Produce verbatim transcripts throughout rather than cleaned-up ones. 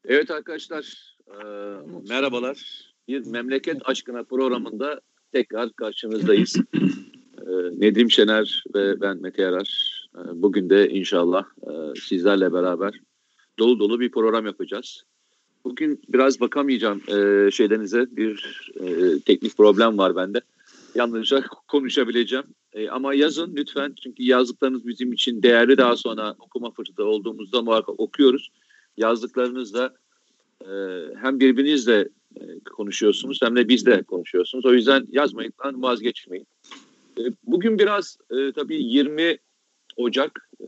Evet arkadaşlar, e, merhabalar. Bir Memleket Aşkına programında tekrar karşınızdayız. E, Nedim Şener ve ben Mete Yarar. E, bugün de inşallah e, sizlerle beraber dolu dolu bir program yapacağız. Bugün biraz bakamayacağım e, şeylerinize. Bir e, teknik problem var bende. Yalnızca konuşabileceğim. E, ama yazın lütfen, çünkü yazdıklarınız bizim için değerli. Daha sonra okuma fırsatı olduğumuzda muhakkak okuyoruz. Yazdıklarınızla e, hem birbirinizle e, konuşuyorsunuz hem de bizle konuşuyorsunuz. O yüzden yazmayın, vazgeçmeyin. E, bugün biraz e, tabii yirmi Ocak e,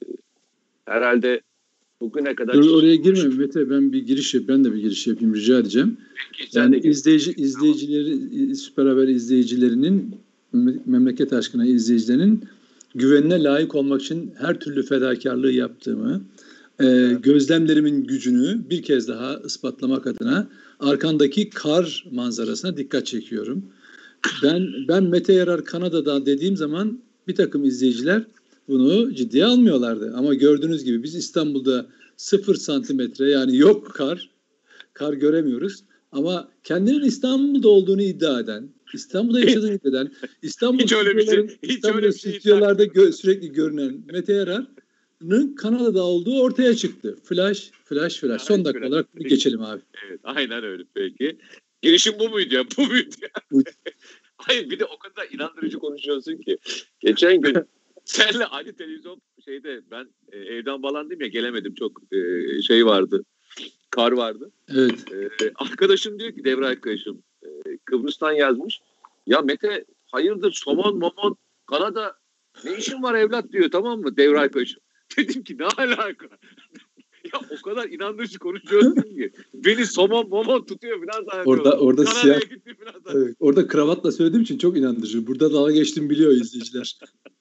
herhalde bugüne kadar... Dur, oraya girme Mete, ben bir giriş yap, ben de bir giriş yapayım, rica edeceğim. Peki, yani izleyici izleyicileri, Süper Haber izleyicilerinin, Memleket Aşkına izleyicilerinin güvenine layık olmak için her türlü fedakarlığı yaptığımı, e, gözlemlerimin gücünü bir kez daha ispatlamak adına arkandaki kar manzarasına dikkat çekiyorum. Ben ben Mete Yarar Kanada'da dediğim zaman bir takım izleyiciler bunu ciddiye almıyorlardı. Ama gördüğünüz gibi biz İstanbul'da sıfır santimetre, yani yok kar, kar göremiyoruz. Ama kendinin İstanbul'da olduğunu iddia eden, İstanbul'da yaşadığını iddia eden, İstanbul hiç öyle bir şey, hiç İstanbul öyle bir şey stüdyolarda gö- sürekli görünen Mete Yarar'ın Kanada'da olduğu ortaya çıktı. Flash, flash, flash. Son dakika flash. olarak bir geçelim abi. Evet, aynen öyle peki. Girişim bu muydu ya? Bu muydu ya? Hayır, bir de o kadar inandırıcı konuşuyorsun ki. Geçen gün senle aynı televizyon şeyde ben e, evden bağlandım ya, gelemedim, çok e, şey vardı. Kar vardı. Evet. E, arkadaşım diyor ki, devre arkadaşım e, Kıbrıs'tan yazmış. Ya Mete, hayırdır somon momon Kanada ne işin var evlat diyor, tamam mı, devre arkadaşım. Dedim ki ne alaka? Ya o kadar inandırıcı konuşuyorsun ki. Beni somon momon tutuyor falan zannediyorum. Orada, orada Kanada'ya siyah. Evet, orada kravatla söylediğim için çok inandırıcı. Burada dalga geçtiğimi biliyor izleyiciler.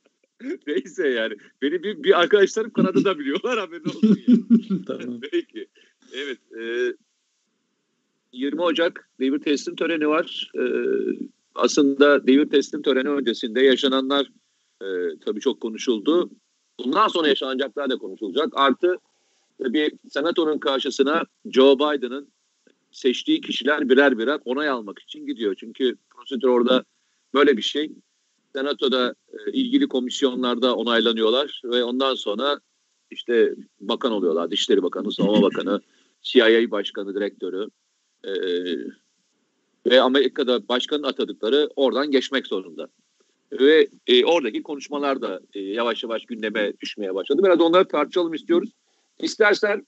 Neyse yani. Beni bir, bir arkadaşlarım Kanada'da biliyorlar, haberin olsun yani. Tamam. Peki. Evet. E, yirmi Ocak devir teslim töreni var. E, aslında devir teslim töreni öncesinde yaşananlar e, tabii çok konuşuldu. Bundan sonra yaşanacaklar da konuşulacak. Artı bir senatonun karşısına Joe Biden'ın seçtiği kişiler birer birer onay almak için gidiyor. Çünkü prosedür orada böyle bir şey. Senatoda e, ilgili komisyonlarda onaylanıyorlar ve ondan sonra işte bakan oluyorlar. Dışişleri Bakanı, Savunma Bakanı, C I A Başkanı, Direktörü e, ve Amerika'da başkanın atadıkları oradan geçmek zorunda. Ve e, oradaki konuşmalar da e, yavaş yavaş gündeme düşmeye başladı. Biraz onları tartışalım istiyoruz. İstersen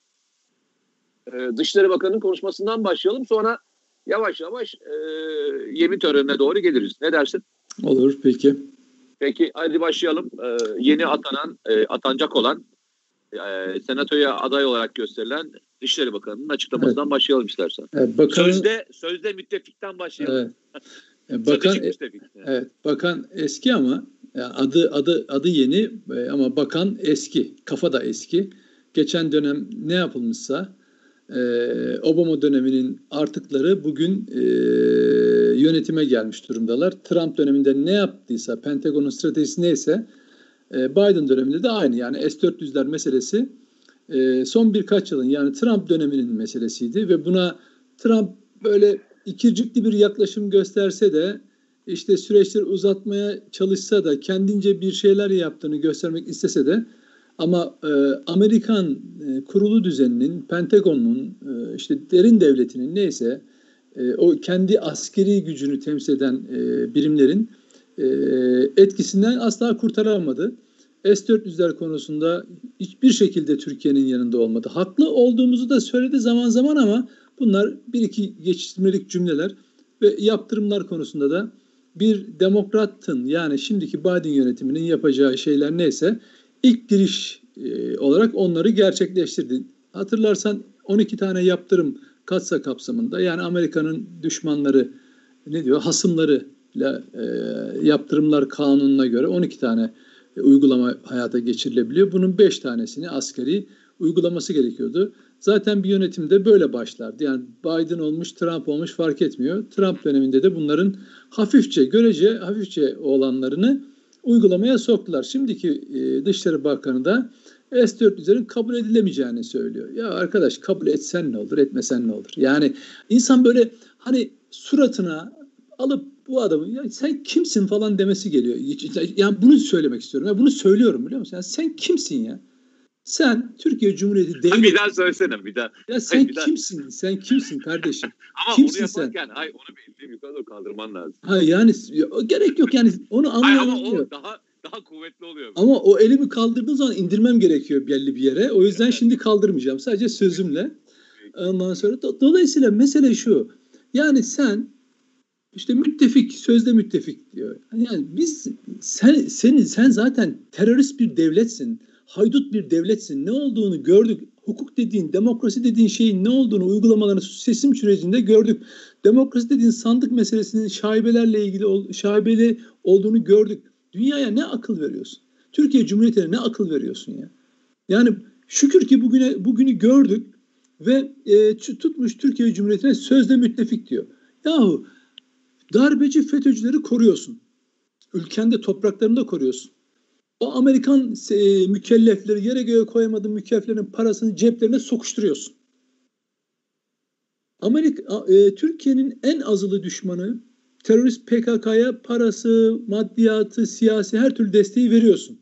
e, Dışişleri Bakanı'nın konuşmasından başlayalım. Sonra yavaş yavaş e, yemin törenine doğru geliriz. Ne dersin? Olur, peki. Peki hadi başlayalım. E, yeni atanan, e, atanacak olan e, senatoya aday olarak gösterilen Dışişleri Bakanı'nın açıklamasından evet. başlayalım istersen. Evet, bakanın, sözde sözde müttefikten başlayalım. Evet. Bakan, evet, bakan eski ama yani adı adı adı yeni ama bakan eski, kafa da eski. Geçen dönem ne yapılmışsa e, Obama döneminin artıkları bugün e, yönetime gelmiş durumdalar. Trump döneminde ne yaptıysa, Pentagon'un stratejisi neyse e, Biden döneminde de aynı. Yani S dört yüzler meselesi e, son birkaç yılın, yani Trump döneminin meselesiydi ve buna Trump böyle ikircikli bir yaklaşım gösterse de, işte süreçleri uzatmaya çalışsa da, kendince bir şeyler yaptığını göstermek istese de, ama e, Amerikan e, kurulu düzeninin, Pentagon'un, e, işte derin devletinin neyse, e, o kendi askeri gücünü temsil eden e, birimlerin e, etkisinden asla kurtaramadı. S dört yüzler konusunda hiçbir şekilde Türkiye'nin yanında olmadı. Haklı olduğumuzu da söyledi zaman zaman ama bunlar bir iki geçiştirmelik cümleler ve yaptırımlar konusunda da bir demokratın, yani şimdiki Biden yönetiminin yapacağı şeyler neyse ilk giriş e, olarak onları gerçekleştirdi. Hatırlarsan on iki tane yaptırım katsa kapsamında, yani Amerika'nın düşmanları, ne diyor, hasımlarıyla e, yaptırımlar kanununa göre on iki tane e, uygulama hayata geçirilebiliyor. Bunun beş tanesini askeri uygulaması gerekiyordu. Zaten bir yönetimde böyle başlardı. Yani Biden olmuş, Trump olmuş fark etmiyor. Trump döneminde de bunların hafifçe, görece hafifçe olanlarını uygulamaya soktular. Şimdiki e, Dışişleri Bakanı da S dört yüzlerin kabul edilemeyeceğini söylüyor. Ya arkadaş, kabul etsen ne olur, etmesen ne olur? Yani insan böyle hani suratına alıp bu adamın ya sen kimsin falan demesi geliyor. Yani bunu söylemek istiyorum. Ya bunu söylüyorum, biliyor musun? Yani sen kimsin ya? Sen Türkiye Cumhuriyeti değil. Bir daha söylesene bir daha. Ya sen hayır, kimsin? Daha. Sen kimsin kardeşim? Ama kimsin onu yaparken sen? Ay onu bir yukarı doğru kaldırman lazım. Ha yani gerek yok yani onu anlayamıyor. Ama o daha daha kuvvetli oluyor. Ama o elimi kaldırdığım zaman indirmem gerekiyor belli bir yere. O yüzden şimdi kaldırmayacağım. Sadece sözümle. Ondan sonra do- dolayısıyla mesele şu. Yani sen işte müttefik, sözde müttefik diyor. Yani biz sen senin sen zaten terörist bir devletsin. Haydut bir devletsin. Ne olduğunu gördük. Hukuk dediğin, demokrasi dediğin şeyin ne olduğunu, uygulamalarını seçim sürecinde gördük. Demokrasi dediğin sandık meselesinin şaibelerle ilgili şaibeli olduğunu gördük. Dünyaya ne akıl veriyorsun? Türkiye Cumhuriyeti'ne ne akıl veriyorsun ya? Yani şükür ki bugüne bugünü gördük ve e, tutmuş Türkiye Cumhuriyeti'ne sözde müttefik diyor. Yahu darbeci FETÖ'cüleri koruyorsun. Ülkende, topraklarında koruyorsun. O Amerikan e, mükellefleri, yere göğe koyamadığın mükelleflerin parasını ceplerine sokuşturuyorsun. Amerika, e, Türkiye'nin en azılı düşmanı terörist P K K'ya parası, maddiyatı, siyasi her türlü desteği veriyorsun.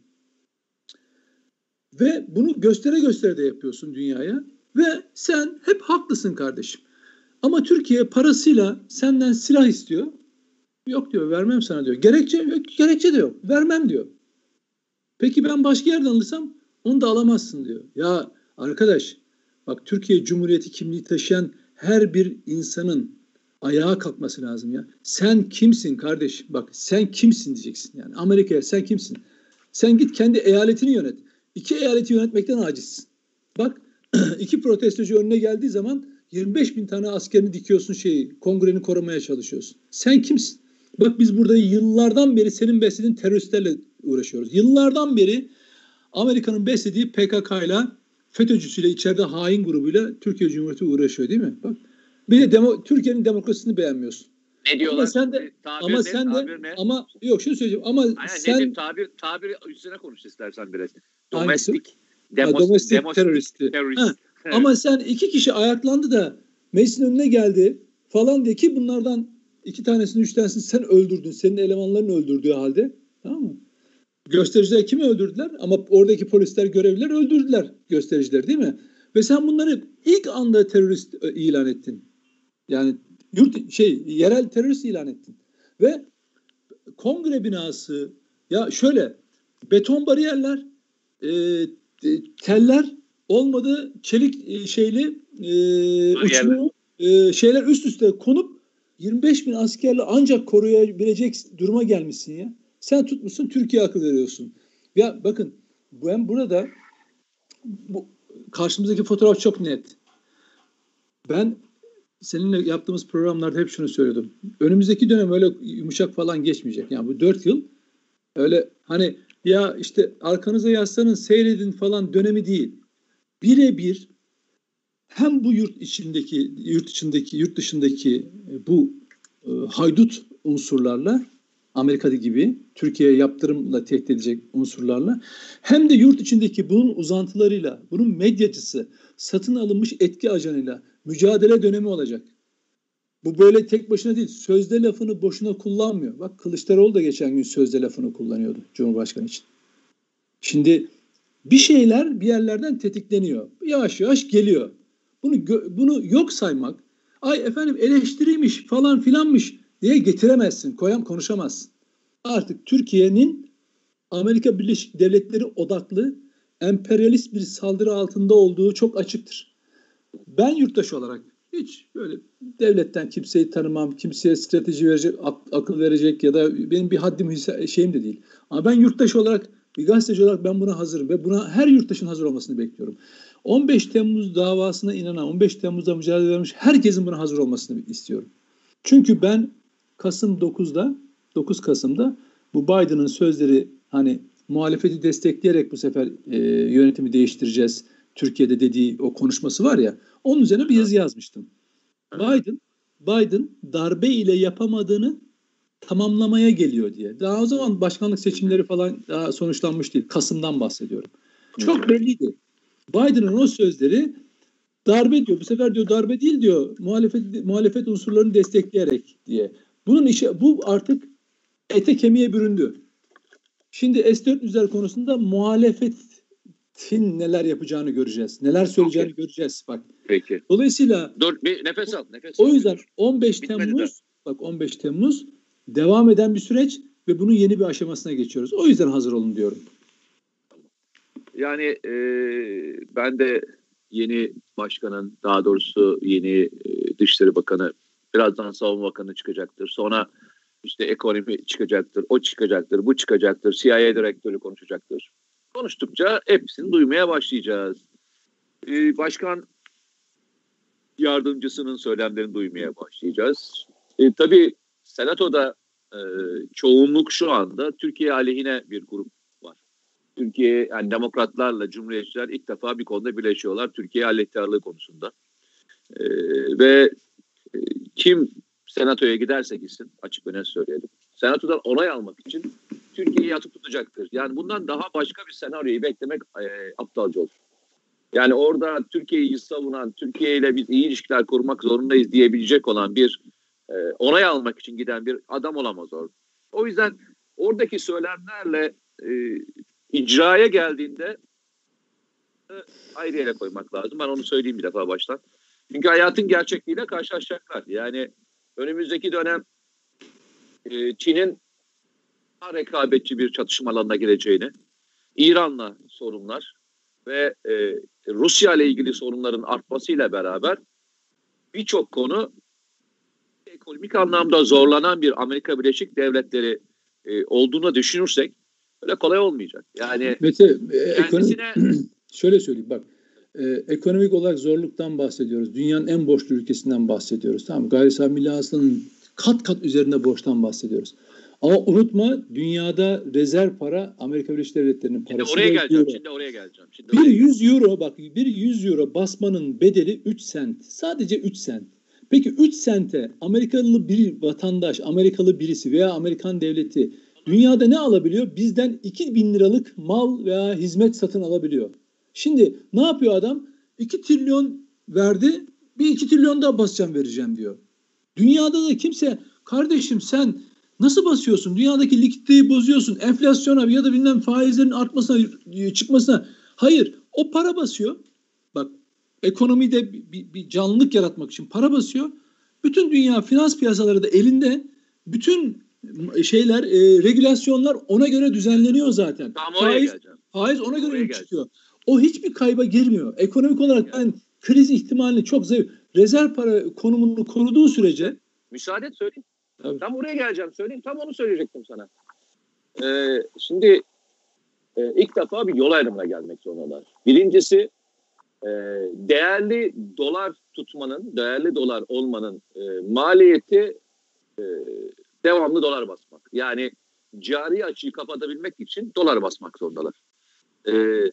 Ve bunu göstere göstere de yapıyorsun dünyaya. Ve sen hep haklısın kardeşim. Ama Türkiye parasıyla senden silah istiyor. Yok diyor, vermem sana diyor. Gerekçe yok, gerekçe de yok. Vermem diyor. Peki ben başka yerden alırsam onu da alamazsın diyor. Ya arkadaş bak, Türkiye Cumhuriyeti kimliği taşıyan her bir insanın ayağa kalkması lazım ya. Sen kimsin kardeş? Bak sen kimsin diyeceksin yani. Amerika'ya sen kimsin? Sen git kendi eyaletini yönet. İki eyaleti yönetmekten acizsin. Bak iki protestocu önüne geldiği zaman yirmi beş bin tane askerini dikiyorsun, şeyi, kongreni korumaya çalışıyorsun. Sen kimsin? Bak biz burada yıllardan beri senin beslediğin teröristlerle uğraşıyoruz. Yıllardan beri Amerika'nın beslediği P K K'yla, FETÖ'cüsüyle, içeride hain grubuyla Türkiye Cumhuriyeti uğraşıyor değil mi? Bak bir de demo, Türkiye'nin demokrasisini beğenmiyorsun. Ne diyorlar? Ama sen de tabir ama ne, sen de ne? Ama yok şunu söyleyeceğim ama aynen, sen nedir, tabir tabir üstüne konuş istersen biraz. Domestik demos, domestik demostik, teröristi. terörist. Evet. Ama sen iki kişi ayaklandı da meclisin önüne geldi falan diye, ki bunlardan iki tanesini, üç tanesini sen öldürdün. Senin elemanların öldürdüğü halde. Tamam mı? Göstericiler kimi öldürdüler? Ama oradaki polisler, görevliler öldürdüler göstericiler değil mi? Ve sen bunları ilk anda terörist ilan ettin. Yani yurt şey yerel terörist ilan ettin. Ve kongre binası, ya şöyle beton bariyerler, e, teller olmadı, çelik e, şeyli e, uçlu e, şeyler üst üste konup yirmi beş bin askerle ancak koruyabilecek duruma gelmişsin ya. Sen tutmuşsun Türkiye akıl veriyorsun. Ya bakın ben burada bu karşımızdaki fotoğraf çok net. Ben seninle yaptığımız programlarda hep şunu söylüyordum. Önümüzdeki dönem öyle yumuşak falan geçmeyecek. Yani bu dört yıl öyle hani ya işte arkanıza yaslanın seyredin falan dönemi değil. Birebir hem bu yurt içindeki, yurt içindeki, yurt dışındaki bu e, haydut unsurlarla, Amerika'da gibi Türkiye'ye yaptırımla tehdit edecek unsurlarla, hem de yurt içindeki bunun uzantılarıyla, bunun medyacısı, satın alınmış etki ajanıyla mücadele dönemi olacak. Bu böyle tek başına değil. Sözde lafını boşuna kullanmıyor. Bak Kılıçdaroğlu da geçen gün sözde lafını kullanıyordu Cumhurbaşkanı için. Şimdi bir şeyler bir yerlerden tetikleniyor. Yavaş yavaş geliyor. Bunu bunu yok saymak, ay efendim eleştiriymiş falan filanmış diye getiremezsin, koyam konuşamazsın. Artık Türkiye'nin Amerika Birleşik Devletleri odaklı emperyalist bir saldırı altında olduğu çok açıktır. Ben yurttaş olarak hiç böyle devletten kimseyi tanımam, kimseye strateji verecek, ak- akıl verecek ya da benim bir haddim şeyim de değil. Ama ben yurttaş olarak, bir gazeteci olarak ben buna hazırım ve buna her yurttaşın hazır olmasını bekliyorum. on beş Temmuz davasına inanan, on beş Temmuz'da mücadele vermiş herkesin buna hazır olmasını istiyorum. Çünkü ben Kasım dokuzda, dokuz Kasım'da bu Biden'ın sözleri, hani muhalefeti destekleyerek bu sefer e, yönetimi değiştireceğiz Türkiye'de dediği o konuşması var ya, onun üzerine bir yazı yazmıştım. Biden, Biden darbe ile yapamadığını tamamlamaya geliyor diye. Daha o zaman başkanlık seçimleri falan daha sonuçlanmış değil. Kasım'dan bahsediyorum. Çok belliydi. Biden'ın o sözleri darbe diyor. Bu sefer diyor darbe değil diyor. Muhalefet muhalefet unsurlarını destekleyerek diye. Bunun işi bu artık ete kemiğe büründü. Şimdi S dört yüzler konusunda muhalefetin neler yapacağını göreceğiz. Neler söyleyeceğini okay. göreceğiz. Bak. Peki. Dolayısıyla dur bir nefes al, nefes al. O yüzden on beş Temmuz bak on beş Temmuz devam eden bir süreç ve bunun yeni bir aşamasına geçiyoruz. O yüzden hazır olun diyorum. Yani e, ben de yeni başkanın, daha doğrusu yeni e, Dışişleri Bakanı, birazdan Savunma Bakanı çıkacaktır. Sonra işte ekonomi çıkacaktır, o çıkacaktır, bu çıkacaktır, C I A direktörü konuşacaktır. Konuştukça hepsini duymaya başlayacağız. E, başkan yardımcısının söylemlerini duymaya başlayacağız. E, tabii Senato'da e, çoğunluk şu anda Türkiye aleyhine bir grup var. Türkiye, yani demokratlarla cumhuriyetçiler ilk defa bir konuda birleşiyorlar. Türkiye aleyhtarlığı konusunda. E, ve e, kim Senato'ya giderse gitsin, açık ve net söyleyelim, Senato'dan onay almak için Türkiye'yi atıp tutacaktır. Yani bundan daha başka bir senaryoyu beklemek e, aptalca olur. Yani orada Türkiye'yi savunan, Türkiye ile biz iyi ilişkiler kurmak zorundayız diyebilecek olan bir e, onay almak için giden bir adam olamaz orada. O yüzden oradaki söylemlerle e, icraya geldiğinde e, ayrı yere koymak lazım. Ben onu söyleyeyim bir defa baştan. Çünkü hayatın gerçekliğiyle karşılaşacaklar. Yani önümüzdeki dönem e, Çin'in daha rekabetçi bir çatışma alanına gireceğini, İran'la sorunlar ve e, Rusya ile ilgili sorunların artmasıyla beraber birçok konu ekonomik anlamda zorlanan bir Amerika Birleşik Devletleri e, olduğunu düşünürsek öyle kolay olmayacak. Yani Mete, e, kendisine... ekonomik, şöyle söyleyeyim bak, e, ekonomik olarak zorluktan bahsediyoruz. Dünyanın en borçlu ülkesinden bahsediyoruz. Tamam, gayri safi milli hasılanın kat kat üzerinde borçtan bahsediyoruz. Ama unutma, dünyada rezerv para Amerika Birleşik Devletleri'nin parası. Şimdi oraya geleceğim. Şimdi oraya geleceğim. Şimdi bir yüz euro bak, bir yüz euro basmanın bedeli üç sent. Sadece üç sent. Peki üç sente Amerikalı bir vatandaş, Amerikalı birisi veya Amerikan devleti dünyada ne alabiliyor? Bizden iki bin liralık mal veya hizmet satın alabiliyor. Şimdi ne yapıyor adam? iki trilyon verdi, bir iki trilyon daha basacağım, vereceğim diyor. Dünyada da kimse, kardeşim sen nasıl basıyorsun? Dünyadaki likiditeyi bozuyorsun. Enflasyona ya da bilmem faizlerin artmasına, çıkmasına. Hayır, o para basıyor. Bak, ekonomide bir, bir canlılık yaratmak için para basıyor. Bütün dünya finans piyasaları da elinde. Bütün şeyler, e, regülasyonlar ona göre düzenleniyor zaten. Tamam, oraya faiz, geleceğim. faiz ona oraya göre çıkıyor. O hiçbir kayba girmiyor. Ekonomik olarak ben kriz ihtimalini çok zayıf. Rezerv para konumunu koruduğu sürece. Müsaade et söyleyeyim. Tabii. Tam oraya geleceğim, söyleyeyim. Tam onu söyleyecektim sana. Ee, şimdi e, ilk defa bir yol ayrımına gelmek zorundalar. Birincisi e, değerli dolar tutmanın, değerli dolar olmanın e, maliyeti e, devamlı dolar basmak. Yani cari açığı kapatabilmek için dolar basmak zorundalar. E,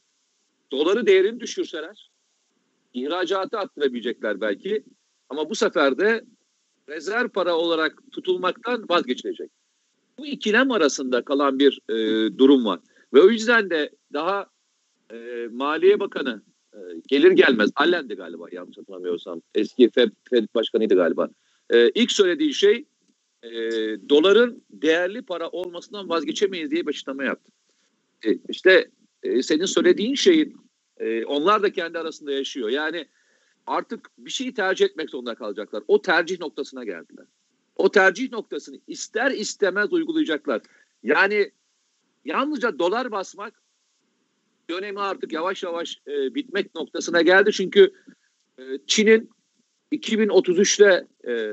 doları değerini düşürseler ihracatı arttırabilecekler belki, ama bu sefer de rezerv para olarak tutulmaktan vazgeçilecek. Bu ikilem arasında kalan bir e, durum var. Ve o yüzden de daha e, Maliye Bakanı e, gelir gelmez, Allen'di galiba yanlış hatırlamıyorsam, eski Fed, Fed Başkanıydı galiba. E, ilk söylediği şey e, doların değerli para olmasından vazgeçemeyiz diye bir açıklama yaptı. E, işte e, senin söylediğin şeyin e, onlar da kendi arasında yaşıyor. Yani artık bir şeyi tercih etmek zorunda kalacaklar. O tercih noktasına geldiler. O tercih noktasını ister istemez uygulayacaklar. Yani yalnızca dolar basmak dönemi artık yavaş yavaş e, bitmek noktasına geldi. Çünkü e, Çin'in iki bin otuz üçte e,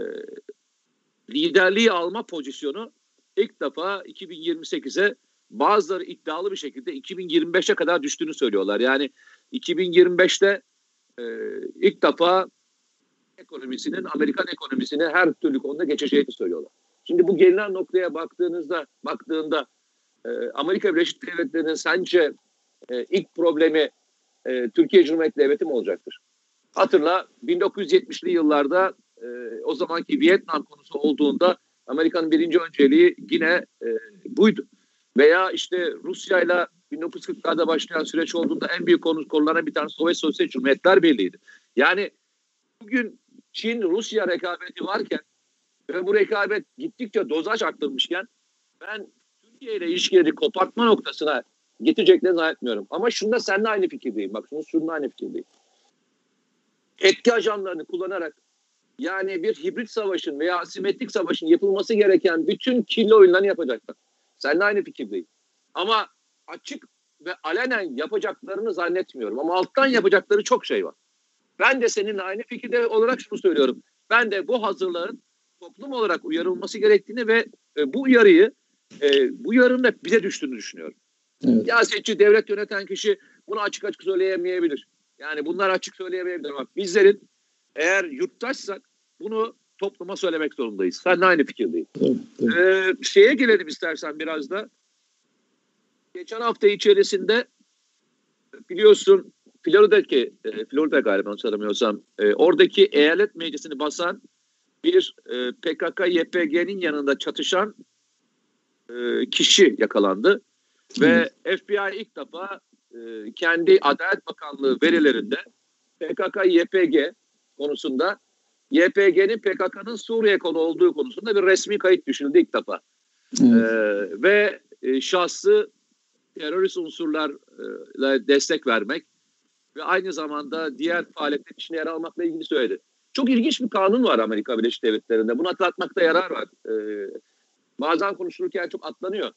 liderliği alma pozisyonu ilk defa iki bin yirmi sekize, bazıları iddialı bir şekilde iki bin yirmi beşe kadar düştüğünü söylüyorlar. Yani iki bin yirmi beşte e, ilk defa ekonomisinin, Amerikan ekonomisini her türlü konuda geçeceğini söylüyorlar. Şimdi bu gelinen noktaya baktığınızda, baktığında e, Amerika Birleşik Devletleri'nin sence e, ilk problemi e, Türkiye Cumhuriyeti Devleti mi olacaktır? Hatırla, bin dokuz yüz yetmişli yıllarda e, o zamanki Vietnam konusu olduğunda Amerika'nın birinci önceliği yine e, buydu. Veya işte Rusya'yla bin dokuz yüz kırklarda başlayan süreç olduğunda en büyük konu, konulardan bir tanesi Sovyet Sosyalist Cumhuriyetler Birliği'ydi. Yani bugün Çin-Rusya rekabeti varken ve bu rekabet gittikçe dozaj arttırmışken ben Türkiye ile ilişkileri kopartma noktasına getireceklerini zannetmiyorum. Ama şunda seninle aynı fikirdeyim. Bak şunu şununla aynı fikirdeyim. Etki ajanlarını kullanarak yani bir hibrit savaşın veya asimetrik savaşın yapılması gereken bütün kirli oyunlarını yapacaklar. Seninle aynı fikirdeyim. Ama açık ve alenen yapacaklarını zannetmiyorum. Ama alttan yapacakları çok şey var. Ben de seninle aynı fikirde olarak şunu söylüyorum. Ben de bu hazırlığın toplum olarak uyarılması gerektiğini ve e, bu uyarıyı e, bu uyarının da bize düştüğünü düşünüyorum. Evet. Siyasetçi, devlet yöneten kişi bunu açık açık söyleyemeyebilir. Yani bunlar açık söyleyemeyebilir. Bak bizlerin eğer yurttaşsak bunu topluma söylemek zorundayız. Seninle aynı fikirdeyim. Evet, evet. Ee, şeye gelelim istersen biraz da. Geçen hafta içerisinde biliyorsun Florida'daki, e, Florida galiba hatırlamıyorsam, e, oradaki eyalet meclisini basan bir e, P K K Y P G'nin yanında çatışan e, kişi yakalandı. Hı. Ve F B I ilk defa e, kendi Adalet Bakanlığı verilerinde P K K Y P G konusunda Y P G'nin P K K'nın Suriye konu olduğu konusunda bir resmi kayıt düşürüldü ilk defa. E, ve e, şahsı terörist unsurlarla destek vermek ve aynı zamanda diğer faaliyetlerin içine yer almakla ilgili söyledi. Çok ilginç bir kanun var Amerika Birleşik Devletleri'nde. Bunu hatırlatmakta yarar var. Ee, bazen konuşulurken çok atlanıyor.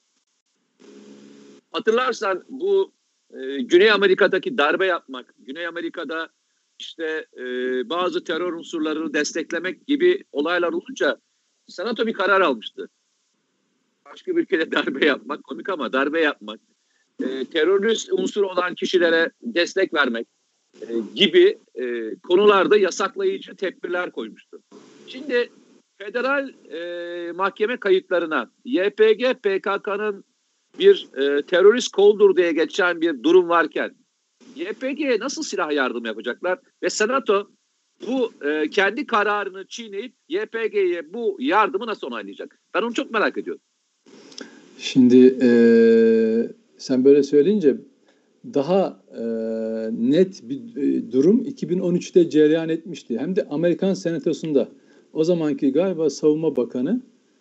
Hatırlarsan bu e, Güney Amerika'daki darbe yapmak, Güney Amerika'da işte e, bazı terör unsurlarını desteklemek gibi olaylar olunca Senato bir karar almıştı. Başka bir ülkede darbe yapmak, komik ama darbe yapmak, e, terörist unsur olan kişilere destek vermek e, gibi e, konularda yasaklayıcı tedbirler koymuştu. Şimdi federal e, mahkeme kayıtlarına Y P G P K K'nın bir e, terörist koldur diye geçen bir durum varken Y P G'ye nasıl silah yardım yapacaklar? Ve Senato bu e, kendi kararını çiğneyip Y P G'ye bu yardımı nasıl onaylayacak? Ben onu çok merak ediyorum. Şimdi e, sen böyle söyleyince daha e, net bir e, durum iki bin on üçte cereyan etmişti. Hem de Amerikan Senatosu'nda. O zamanki galiba Savunma Bakanı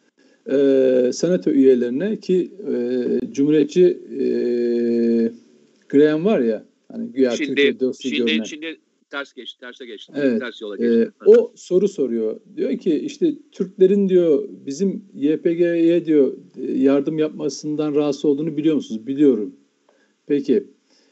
e, Senato üyelerine ki e, Cumhuriyetçi e, Graham var ya hani güya şimdi, Türkiye dostu şimdi, görünen. Şimdi ters geçti, terse geçti. Evet. Ters yola geçti. E, o soru soruyor. Diyor ki işte Türklerin diyor bizim Y P G'ye diyor yardım yapmasından rahatsız olduğunu biliyor musunuz? Biliyorum. Peki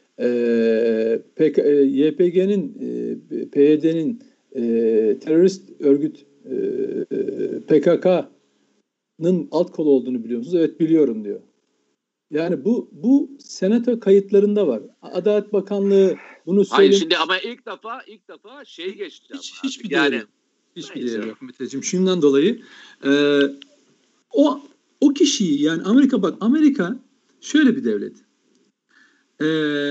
e, P K, e, Y P G'nin e, P Y D'nin e, terörist örgüt e, P K K'nın alt kolu olduğunu biliyor musunuz? Evet biliyorum diyor. Yani bu bu senato kayıtlarında var. Adalet Bakanlığı bunu söylemiş. Hayır şimdi ama ilk defa ilk defa şey geçti. Hiç, hiçbir yani, değeri yok. Hiçbir değeri yok Meteciğim. Şundan dolayı e, o o kişiyi yani Amerika bak Amerika şöyle bir devlet. E,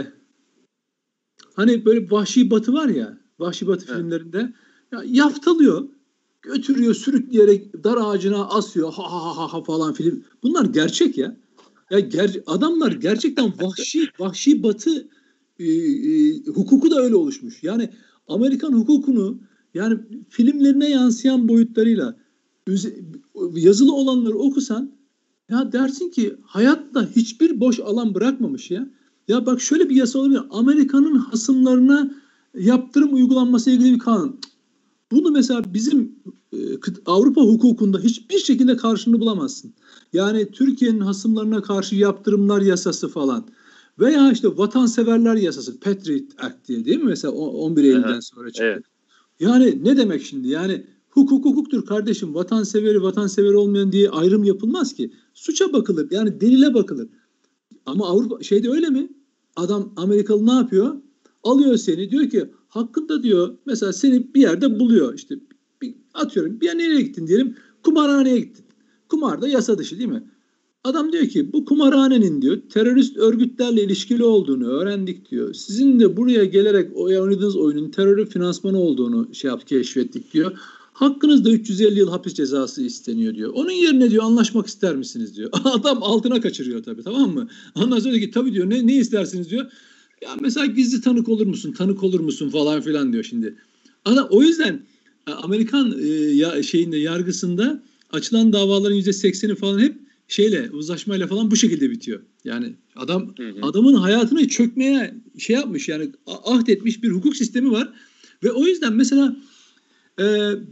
hani böyle Vahşi Batı var ya Vahşi Batı evet. filmlerinde ya, yaftalıyor. Götürüyor sürükleyerek dar ağacına asıyor ha ha ha ha falan film. Bunlar gerçek ya. Ya ger- adamlar gerçekten vahşi vahşi batı e, e, hukuku da öyle oluşmuş. Yani Amerikan hukukunu yani filmlerine yansıyan boyutlarıyla yazılı olanları okusan ya dersin ki hayatta hiçbir boş alan bırakmamış ya. Ya bak şöyle bir yasa olabilir. Amerika'nın hasımlarına yaptırım uygulanması ilgili bir kanun. Bunu mesela bizim e, Avrupa hukukunda hiçbir şekilde karşılığını bulamazsın. Yani Türkiye'nin hasımlarına karşı yaptırımlar yasası falan veya işte vatanseverler yasası Patriot Act diye değil mi mesela on bir Eylül'den evet, sonra çıktı. Evet. Yani ne demek şimdi yani hukuk hukuktur kardeşim vatanseveri vatanseveri olmayan diye ayrım yapılmaz ki. Suça bakılır yani delile bakılır. Ama Avrupa şeyde öyle mi? Adam Amerikalı ne yapıyor? Alıyor seni diyor ki hakkında diyor mesela seni bir yerde buluyor işte bir, atıyorum bir yer nereye gittin diyelim kumarhaneye gittin. Kumar da yasa dışı değil mi? Adam diyor ki bu kumarhanenin diyor terörist örgütlerle ilişkili olduğunu öğrendik diyor. Sizin de buraya gelerek oynadığınız oyunun terör finansmanı olduğunu şey yaptık keşfettik diyor. Hakkınızda üç yüz elli yıl hapis cezası isteniyor diyor. Onun yerine diyor anlaşmak ister misiniz diyor. Adam altına kaçırıyor tabii, tamam mı? Ondan sonra diyor ki tabii diyor ne, ne istersiniz diyor. Ya mesela gizli tanık olur musun? Tanık olur musun falan filan diyor şimdi. Ana o yüzden Amerikan e, ya, şeyinde yargısında açılan davaların yüzde sekseni falan hep şeyle, uzlaşmayla falan bu şekilde bitiyor. Yani adam hı hı. adamın hayatını çökmeye şey yapmış, yani ahd etmiş bir hukuk sistemi var. Ve o yüzden mesela e,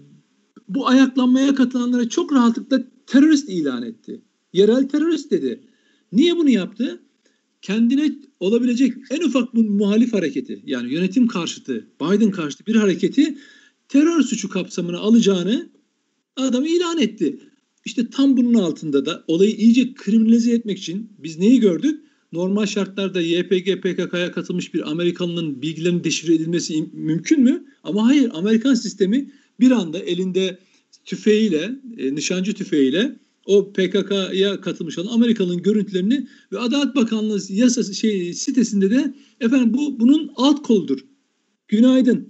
bu ayaklanmaya katılanlara çok rahatlıkla terörist ilan etti. Yerel terörist dedi. Niye bunu yaptı? Kendine olabilecek en ufak bu muhalif hareketi, yani yönetim karşıtı, Biden karşıtı bir hareketi terör suçu kapsamına alacağını adam ilan etti. İşte tam bunun altında da olayı iyice kriminalize etmek için biz neyi gördük? Normal şartlarda Y P G P K K'ya katılmış bir Amerikanlının bilgilerinin deşifre edilmesi mümkün mü? Ama hayır, Amerikan sistemi bir anda elinde tüfeğiyle, e, nişancı tüfeğiyle o P K K'ya katılmış olan Amerikalı'nın görüntülerini ve Adalet Bakanlığı yasası şey sitesinde de efendim bu bunun alt koludur. Günaydın.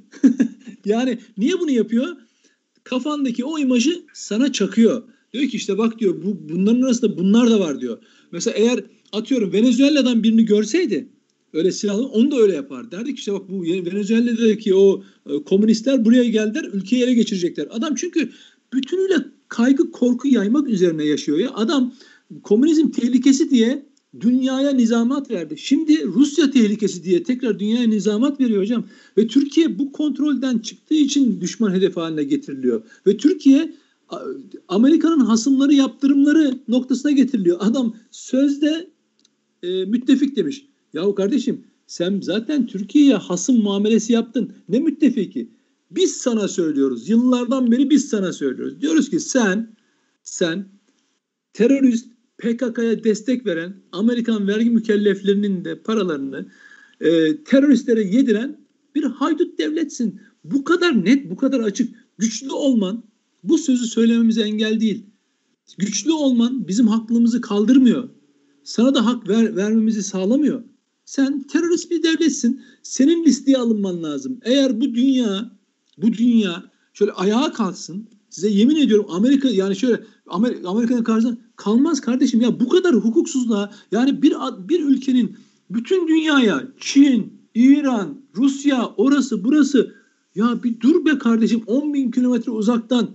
Yani niye bunu yapıyor? Kafandaki o imajı sana çakıyor. Diyor ki işte bak diyor bu bunların arasında bunlar da var diyor. Mesela eğer atıyorum Venezuela'dan birini görseydi öyle silahlı onu da öyle yapar. Derdi ki işte bak bu Venezuela'daki o e, komünistler buraya geldiler, ülkeyi ele geçirecekler. Adam çünkü bütünüyle kaygı korku yaymak üzerine yaşıyor ya. Adam komünizm tehlikesi diye dünyaya nizamat verdi. Şimdi Rusya tehlikesi diye tekrar dünyaya nizamat veriyor hocam. Ve Türkiye bu kontrolden çıktığı için düşman hedefi haline getiriliyor. Ve Türkiye Amerika'nın hasımları, yaptırımları noktasına getiriliyor. Adam sözde e, müttefik demiş. Yahu kardeşim sen zaten Türkiye'ye hasım muamelesi yaptın. Ne müttefiki? Biz sana söylüyoruz. Yıllardan beri biz sana söylüyoruz. Diyoruz ki sen sen terörist P K K'ya destek veren Amerikan vergi mükelleflerinin de paralarını e, teröristlere yediren bir haydut devletsin. Bu kadar net, bu kadar açık. Güçlü olman bu sözü söylememize engel değil. Güçlü olman bizim haklılığımızı kaldırmıyor. Sana da hak ver, vermemizi sağlamıyor. Sen terörist bir devletsin. Senin listeye alınman lazım. Eğer bu dünya, bu dünya şöyle ayağa kalksın, size yemin ediyorum Amerika yani şöyle Amerika, Amerika'nın karşısında kalmaz kardeşim ya, bu kadar hukuksuzluğa, yani bir bir ülkenin bütün dünyaya, Çin, İran, Rusya, orası burası, ya bir dur be kardeşim, on bin kilometre uzaktan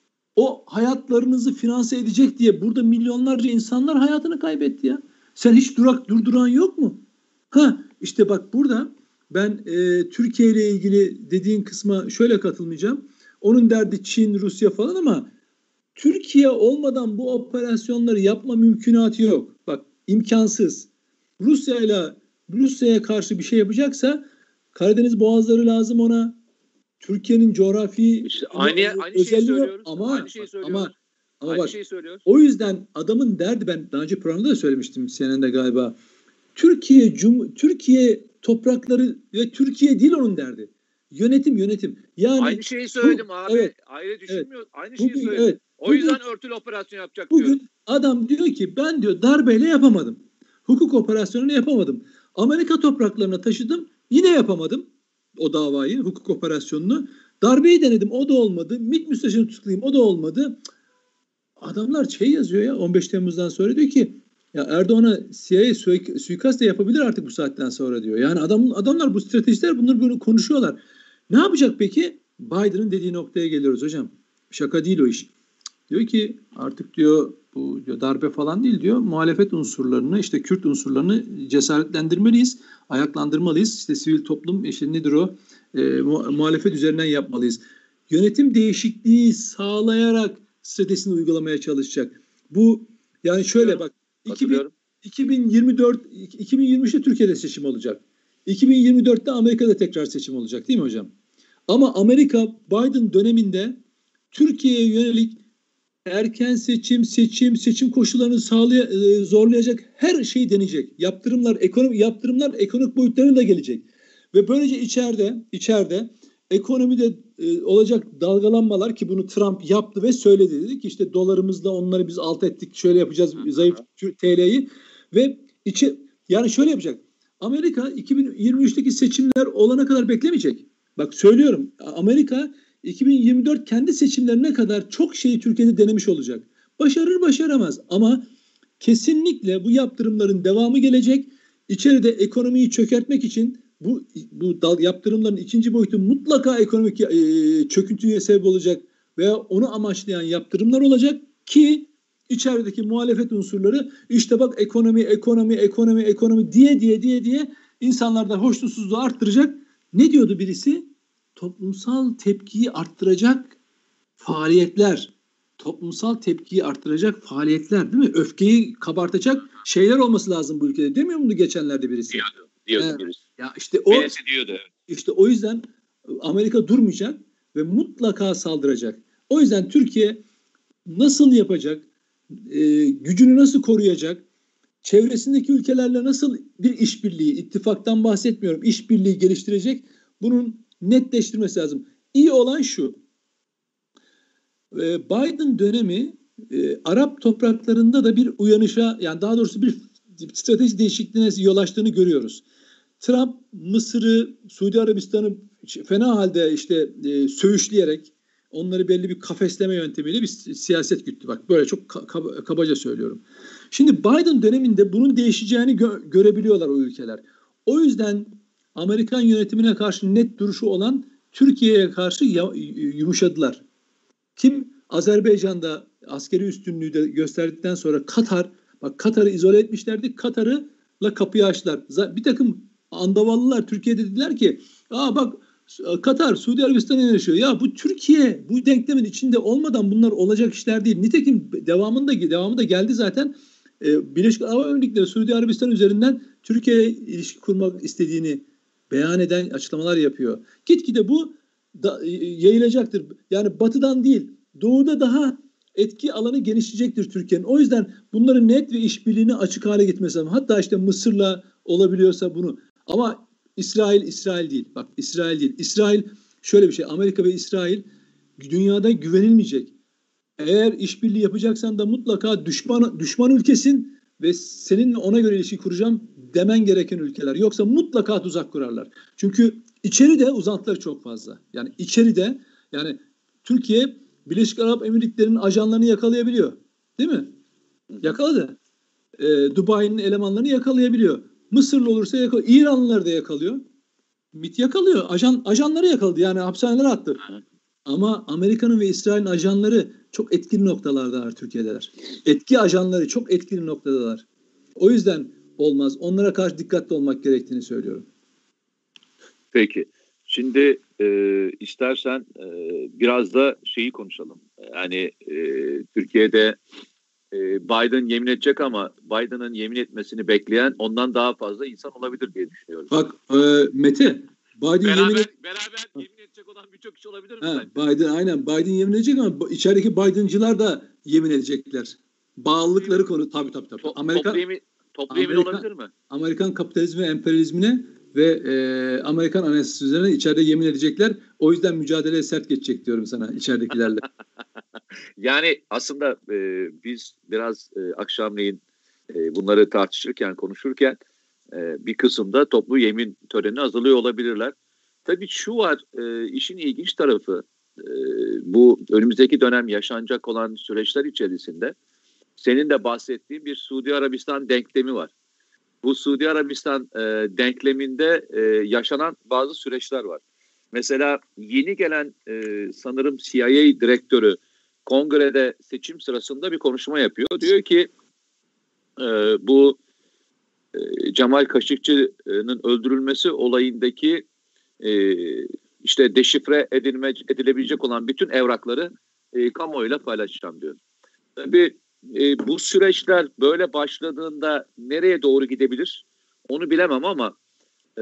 o hayatlarınızı finanse edecek diye burada milyonlarca insanlar hayatını kaybetti ya. Sen hiç durak durduran yok mu? Ha işte bak burada ben e, Türkiye ile ilgili dediğin kısma şöyle katılmayacağım. Onun derdi Çin, Rusya falan ama Türkiye olmadan bu operasyonları yapma mümkünatı yok. Bak imkansız. Rusya ile Rusya'ya karşı bir şey yapacaksa Karadeniz boğazları lazım ona. Türkiye'nin coğrafi işte aynı aynı şeyi söylüyoruz. Ama aynı şeyi söylüyoruz. ama ama aynı bak, şeyi söylüyoruz. O yüzden adamın derdi, ben daha önce programda da söylemiştim senin de galiba. Türkiye Cum Türkiye toprakları ve Türkiye değil onun derdi. Yönetim yönetim. Yani aynı şeyi söyledim bu, abi. Evet, ayrı düşünmüyor. Evet, aynı şeyi bugün, söyledim. Evet, o yüzden bugün, örtülü operasyon yapacak bugün diyorum. adam diyor ki ben diyor darbeyle yapamadım. Hukuk operasyonunu yapamadım. Amerika topraklarına taşıdım. Yine yapamadım o davayı, hukuk operasyonunu. Darbeyi denedim, o da olmadı. MİT müsteşarını tutuklayayım, o da olmadı. Adamlar şey yazıyor ya, on beş Temmuz'dan sonra diyor ki ya Erdoğan'a C I A suikast da yapabilir artık bu saatten sonra diyor. Yani adam, adamlar bu stratejiler bunları böyle konuşuyorlar. Ne yapacak peki? Biden'ın dediği noktaya geliyoruz hocam. Şaka değil o iş. Diyor ki artık diyor bu diyor, darbe falan değil diyor. Muhalefet unsurlarını, işte Kürt unsurlarını cesaretlendirmeliyiz, ayaklandırmalıyız. İşte sivil toplum işte nedir o? E, mu- muhalefet üzerinden yapmalıyız. Yönetim değişikliği sağlayarak stratejisini uygulamaya çalışacak. Bu yani şöyle bak iki bin yirmi dört iki bin yirmi üçte Türkiye'de seçim olacak. iki bin yirmi dörtte Amerika'da tekrar seçim olacak değil mi hocam? Ama Amerika Biden döneminde Türkiye'ye yönelik erken seçim, seçim, seçim koşullarını sağlay e, zorlayacak her şeyi deneyecek. Yaptırımlar, ekonomik yaptırımlar ekonomik boyutlarına da gelecek. Ve böylece içeride, içeride ekonomide e, olacak dalgalanmalar ki bunu Trump yaptı ve söyledi. Dedi ki işte dolarımızla onları biz alt ettik, şöyle yapacağız zayıf T L'yi ve içi yani şöyle yapacak. Amerika iki bin yirmi üçteki seçimler olana kadar beklemeyecek. Bak söylüyorum, Amerika iki bin yirmi dört kendi seçimlerine kadar çok şeyi Türkiye'de denemiş olacak. Başarır başaramaz ama kesinlikle bu yaptırımların devamı gelecek. İçeride ekonomiyi çökertmek için bu bu dal yaptırımların ikinci boyutu mutlaka ekonomik e, çöküntüye sebep olacak veya onu amaçlayan yaptırımlar olacak ki içerideki muhalefet unsurları işte bak ekonomi ekonomi ekonomi ekonomi diye diye diye diye insanlarda hoşnutsuzluğu arttıracak. Ne diyordu birisi? Toplumsal tepkiyi arttıracak faaliyetler. Toplumsal tepkiyi arttıracak faaliyetler değil mi? Öfkeyi kabartacak şeyler olması lazım bu ülkede. Demiyor muydu geçenlerde birisi? Diyordu. Diyordu ee, birisi. Ya işte o birisi diyordu. İşte o yüzden Amerika durmayacak ve mutlaka saldıracak. O yüzden Türkiye nasıl yapacak? E, gücünü nasıl koruyacak? Çevresindeki ülkelerle nasıl bir işbirliği, ittifaktan bahsetmiyorum, işbirliği geliştirecek? Bunun netleştirmesi lazım. İyi olan şu. E, Biden dönemi e, Arap topraklarında da bir uyanışa, yani daha doğrusu bir strateji değişikliğine yol açtığını görüyoruz. Trump Mısır'ı, Suudi Arabistan'ı fena halde işte e, söğüşleyerek onları belli bir kafesleme yöntemiyle bir siyaset güttü. Bak böyle çok kab- kabaca söylüyorum. Şimdi Biden döneminde bunun değişeceğini gö- görebiliyorlar o ülkeler. O yüzden Amerikan yönetimine karşı net duruşu olan Türkiye'ye karşı ya- yumuşadılar. Kim Azerbaycan'da askeri üstünlüğü de gösterdikten sonra Katar, bak Katar'ı izole etmişlerdi. Katar'la kapıyı açtılar. Bir takım Andavallılar Türkiye'de dediler ki aa bak Katar, Suudi Arabistan'a yanaşıyor. Ya bu Türkiye bu denklemin içinde olmadan bunlar olacak işler değil. Nitekim devamında devamı da geldi zaten. Ee, Birleşik Arap Emirlikleri Suudi Arabistan üzerinden Türkiye'ye ilişki kurmak istediğini beyan eden açıklamalar yapıyor. Gitgide bu da, yayılacaktır. Yani batıdan değil, doğuda daha etki alanı genişleyecektir Türkiye'nin. O yüzden bunların net ve işbirliğini açık hale getirmesi lazım. Hatta işte Mısır'la olabiliyorsa bunu. Ama İsrail, İsrail değil. Bak İsrail değil. İsrail şöyle bir şey. Amerika ve İsrail dünyada güvenilmeyecek. Eğer işbirliği yapacaksan da mutlaka düşman düşman ülkesin ve seninle ona göre ilişki kuracağım demen gereken ülkeler. Yoksa mutlaka tuzak kurarlar. Çünkü içeride uzantıları çok fazla. Yani içeride yani Türkiye Birleşik Arap Emirlikleri'nin ajanlarını yakalayabiliyor. Değil mi? Yakaladı. E, Dubai'nin elemanlarını yakalayabiliyor. Mısırlı olursa yakalıyor. İranlıları da yakalıyor. MİT yakalıyor. Ajan, ajanları yakaladı. Yani hapishanelere attı. Ama Amerika'nın ve İsrail'in ajanları çok etkili noktalardalar Türkiye'deler. Etki ajanları çok etkili noktadalar. O yüzden olmaz. Onlara karşı dikkatli olmak gerektiğini söylüyorum. Peki. Şimdi e, istersen e, biraz da şeyi konuşalım. Yani e, Türkiye'de e, Biden yemin edecek ama Biden'ın yemin etmesini bekleyen ondan daha fazla insan olabilir diye düşünüyorum. Bak e, Mete, Biden beraber, yemin et- beraber yemin edecek olan birçok kişi olabilir mi? Ha, Biden aynen Biden yemin edecek ama içerideki Biden'cılar da yemin edecekler. Bağlılıkları konu tabii tabii tabii. To- Amerika toplu yemin, toplu yemin Amerika, olabilir mi? Amerikan kapitalizmi ve emperyalizmine ve e, Amerikan anayasası üzerine içeride yemin edecekler. O yüzden mücadeleye sert geçecek diyorum sana içeridekilerle. Yani aslında e, biz biraz e, akşamleyin e, bunları tartışırken, konuşurken e, bir kısımda toplu yemin töreni hazırlıyor olabilirler. Tabii şu var, e, işin ilginç tarafı e, bu önümüzdeki dönem yaşanacak olan süreçler içerisinde senin de bahsettiğin bir Suudi Arabistan denklemi var. Bu Suudi Arabistan e, denkleminde e, yaşanan bazı süreçler var. Mesela yeni gelen e, sanırım C I A direktörü kongrede seçim sırasında bir konuşma yapıyor. Diyor ki e, bu e, Cemal Kaşıkçı'nın öldürülmesi olayındaki e, işte deşifre edilme, edilebilecek olan bütün evrakları e, kamuoyuyla paylaşacağım diyor. Tabii e, bu süreçler böyle başladığında nereye doğru gidebilir onu bilemem ama e,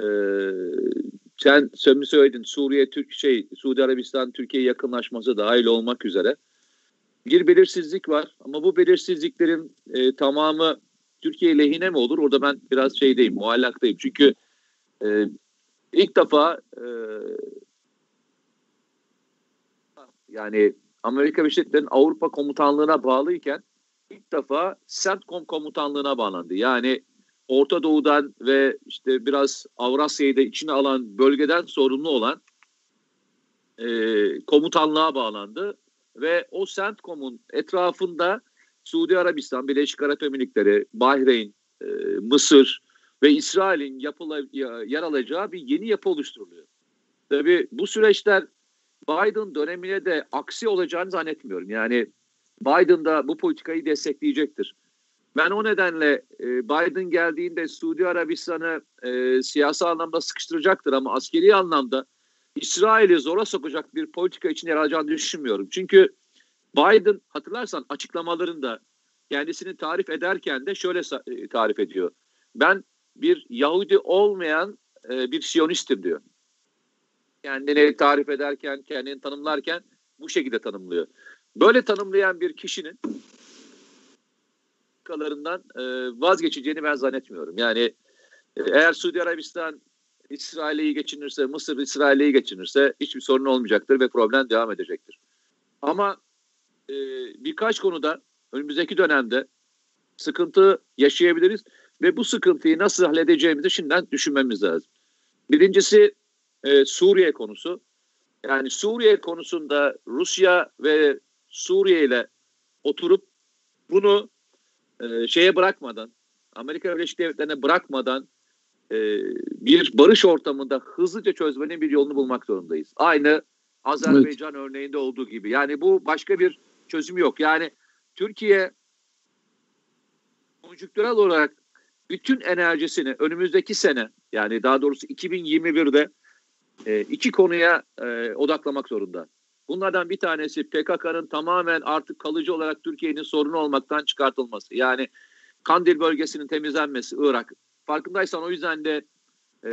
sen söyledin Suriye, Türk şey Suudi Arabistan Türkiye yakınlaşması dahil olmak üzere bir belirsizlik var ama bu belirsizliklerin e, tamamı Türkiye lehine mi olur? Orada ben biraz şeydeyim, muallaktayım. Çünkü e, ilk defa e, yani Amerika Birleşik Devletleri'nin Avrupa Komutanlığı'na bağlıyken ilk defa CENTCOM Komutanlığı'na bağlandı. Yani Orta Doğu'dan ve işte biraz Avrasya'yı da içine alan bölgeden sorumlu olan e, komutanlığa bağlandı ve o CENTCOM'un etrafında Suudi Arabistan, Birleşik Arap Emirlikleri, Bahreyn, e, Mısır ve İsrail'in yapıla, yer alacağı bir yeni yapı oluşturuluyor. Tabii bu süreçler Biden dönemine de aksi olacağını zannetmiyorum. Yani Biden da bu politikayı destekleyecektir. Ben o nedenle e, Biden geldiğinde Suudi Arabistan'ı e, siyasi anlamda sıkıştıracaktır ama askeri anlamda İsrail'i zora sokacak bir politika için yer alacağını düşünmüyorum. Çünkü Biden hatırlarsan açıklamalarında kendisini tarif ederken de şöyle e, tarif ediyor. Ben bir Yahudi olmayan e, bir Siyonistim diyor. Kendini tarif ederken, kendini tanımlarken bu şekilde tanımlıyor. Böyle tanımlayan bir kişinin kalarından e, vazgeçeceğini ben zannetmiyorum. Yani e, eğer Suudi Arabistan İsrail'i iyi geçinirse, Mısır İsrail'i iyi geçinirse hiçbir sorun olmayacaktır ve problem devam edecektir. Ama e, birkaç konuda önümüzdeki dönemde sıkıntı yaşayabiliriz ve bu sıkıntıyı nasıl halledeceğimizi şimdiden düşünmemiz lazım. Birincisi e, Suriye konusu. Yani Suriye konusunda Rusya ve Suriye ile oturup bunu e, şeye bırakmadan, Amerika Birleşik Devletleri'ne bırakmadan e, bir barış ortamında hızlıca çözmenin bir yolunu bulmak zorundayız. Aynı Azerbaycan evet. örneğinde olduğu gibi. Yani bu başka bir çözüm yok. Yani Türkiye konjüktürel olarak bütün enerjisini önümüzdeki sene, yani daha doğrusu iki bin yirmi birde e, iki konuya e, odaklamak zorunda. Bunlardan bir tanesi P K K'nın tamamen artık kalıcı olarak Türkiye'nin sorunu olmaktan çıkartılması. Yani Kandil bölgesinin temizlenmesi, Irak. Farkındaysan o yüzden de e,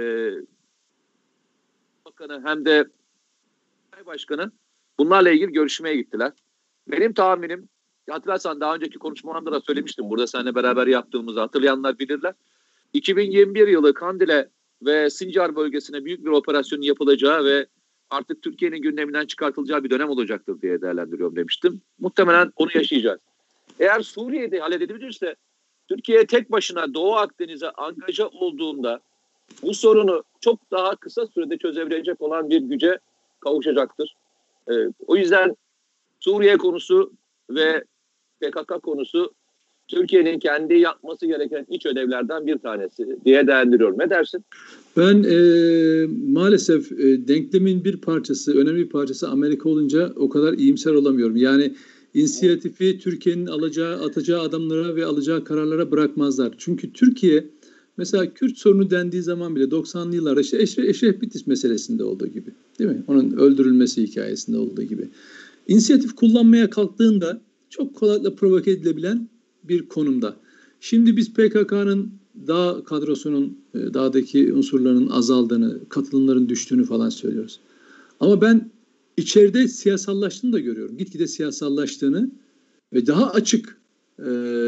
bakanı hem de başkanı bunlarla ilgili görüşmeye gittiler. Benim tahminim, hatırlarsan daha önceki konuşmalarımda da söylemiştim. Burada seninle beraber yaptığımızı hatırlayanlar bilirler. iki bin yirmi bir yılı Kandil'e ve Sincar bölgesine büyük bir operasyonun yapılacağı ve artık Türkiye'nin gündeminden çıkartılacağı bir dönem olacaktır diye değerlendiriyorum demiştim. Muhtemelen onu yaşayacağız. Eğer Suriye'de halledebilirse Türkiye tek başına Doğu Akdeniz'e angaja olduğunda bu sorunu çok daha kısa sürede çözebilecek olan bir güce kavuşacaktır. Ee, o yüzden Suriye konusu ve P K K konusu Türkiye'nin kendi yapması gereken iç ödevlerden bir tanesi diye değerlendiriyorum. Ne dersin? Ben e, maalesef e, denklemin bir parçası, önemli bir parçası Amerika olunca o kadar iyimser olamıyorum. Yani inisiyatifi Türkiye'nin alacağı, atacağı adımlara ve alacağı kararlara bırakmazlar. Çünkü Türkiye mesela Kürt sorunu dendiği zaman bile doksanlı yıllarda işte Eşref, Eşref Bitis meselesinde olduğu gibi, değil mi? Onun öldürülmesi hikayesinde olduğu gibi. İnisiyatif kullanmaya kalktığında çok kolaylıkla provoke edilebilen bir konumda. Şimdi biz P K K'nın dağ kadrosunun, dağdaki unsurların azaldığını, katılımların düştüğünü falan söylüyoruz. Ama ben içeride siyasallaştığını da görüyorum. Gitgide siyasallaştığını ve daha açık e,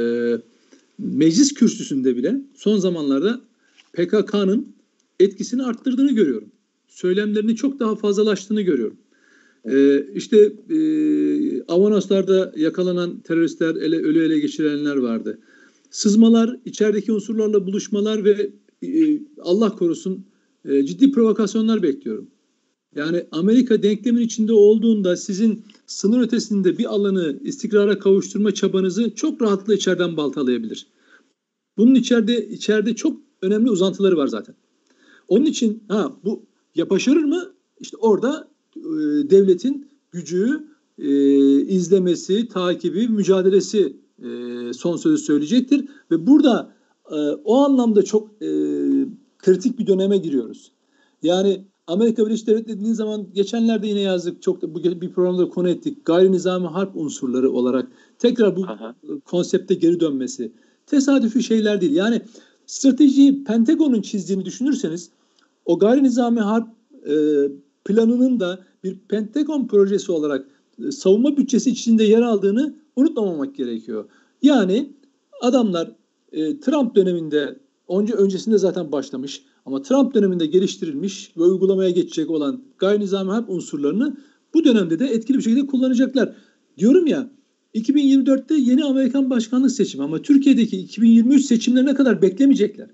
meclis kürsüsünde bile son zamanlarda P K K'nın etkisini arttırdığını görüyorum. Söylemlerini çok daha fazlalaştığını görüyorum. Ee, işte e, Avanoslar'da yakalanan teröristler, ele, ölü ele geçirenler vardı. Sızmalar, içerideki unsurlarla buluşmalar ve e, Allah korusun e, ciddi provokasyonlar bekliyorum. Yani Amerika denklemin içinde olduğunda sizin sınır ötesinde bir alanı istikrara kavuşturma çabanızı çok rahatlıkla içeriden baltalayabilir. Bunun içeride içeride çok önemli uzantıları var zaten. Onun için ha bu ya başarır mı? İşte orada devletin gücü, e, izlemesi, takibi, mücadelesi e, son sözü söyleyecektir. Ve burada e, o anlamda çok e, kritik bir döneme giriyoruz. Yani Amerika Birleşik Devletleri dediğin zaman geçenlerde yine yazdık, çok da bu bir programda konu ettik. Gayri nizami harp unsurları olarak tekrar bu Aha. konsepte geri dönmesi. Tesadüfi şeyler değil. Yani stratejiyi Pentagon'un çizdiğini düşünürseniz o gayri nizami harp e, planının da bir Pentagon projesi olarak e, savunma bütçesi içinde yer aldığını unutmamak gerekiyor. Yani adamlar e, Trump döneminde önce öncesinde zaten başlamış ama Trump döneminde geliştirilmiş ve uygulamaya geçecek olan gayri nizami harp unsurlarını bu dönemde de etkili bir şekilde kullanacaklar. Diyorum ya iki bin yirmi dörtte yeni Amerikan başkanlık seçimi ama Türkiye'deki iki bin yirmi üç seçimlerine kadar beklemeyecekler.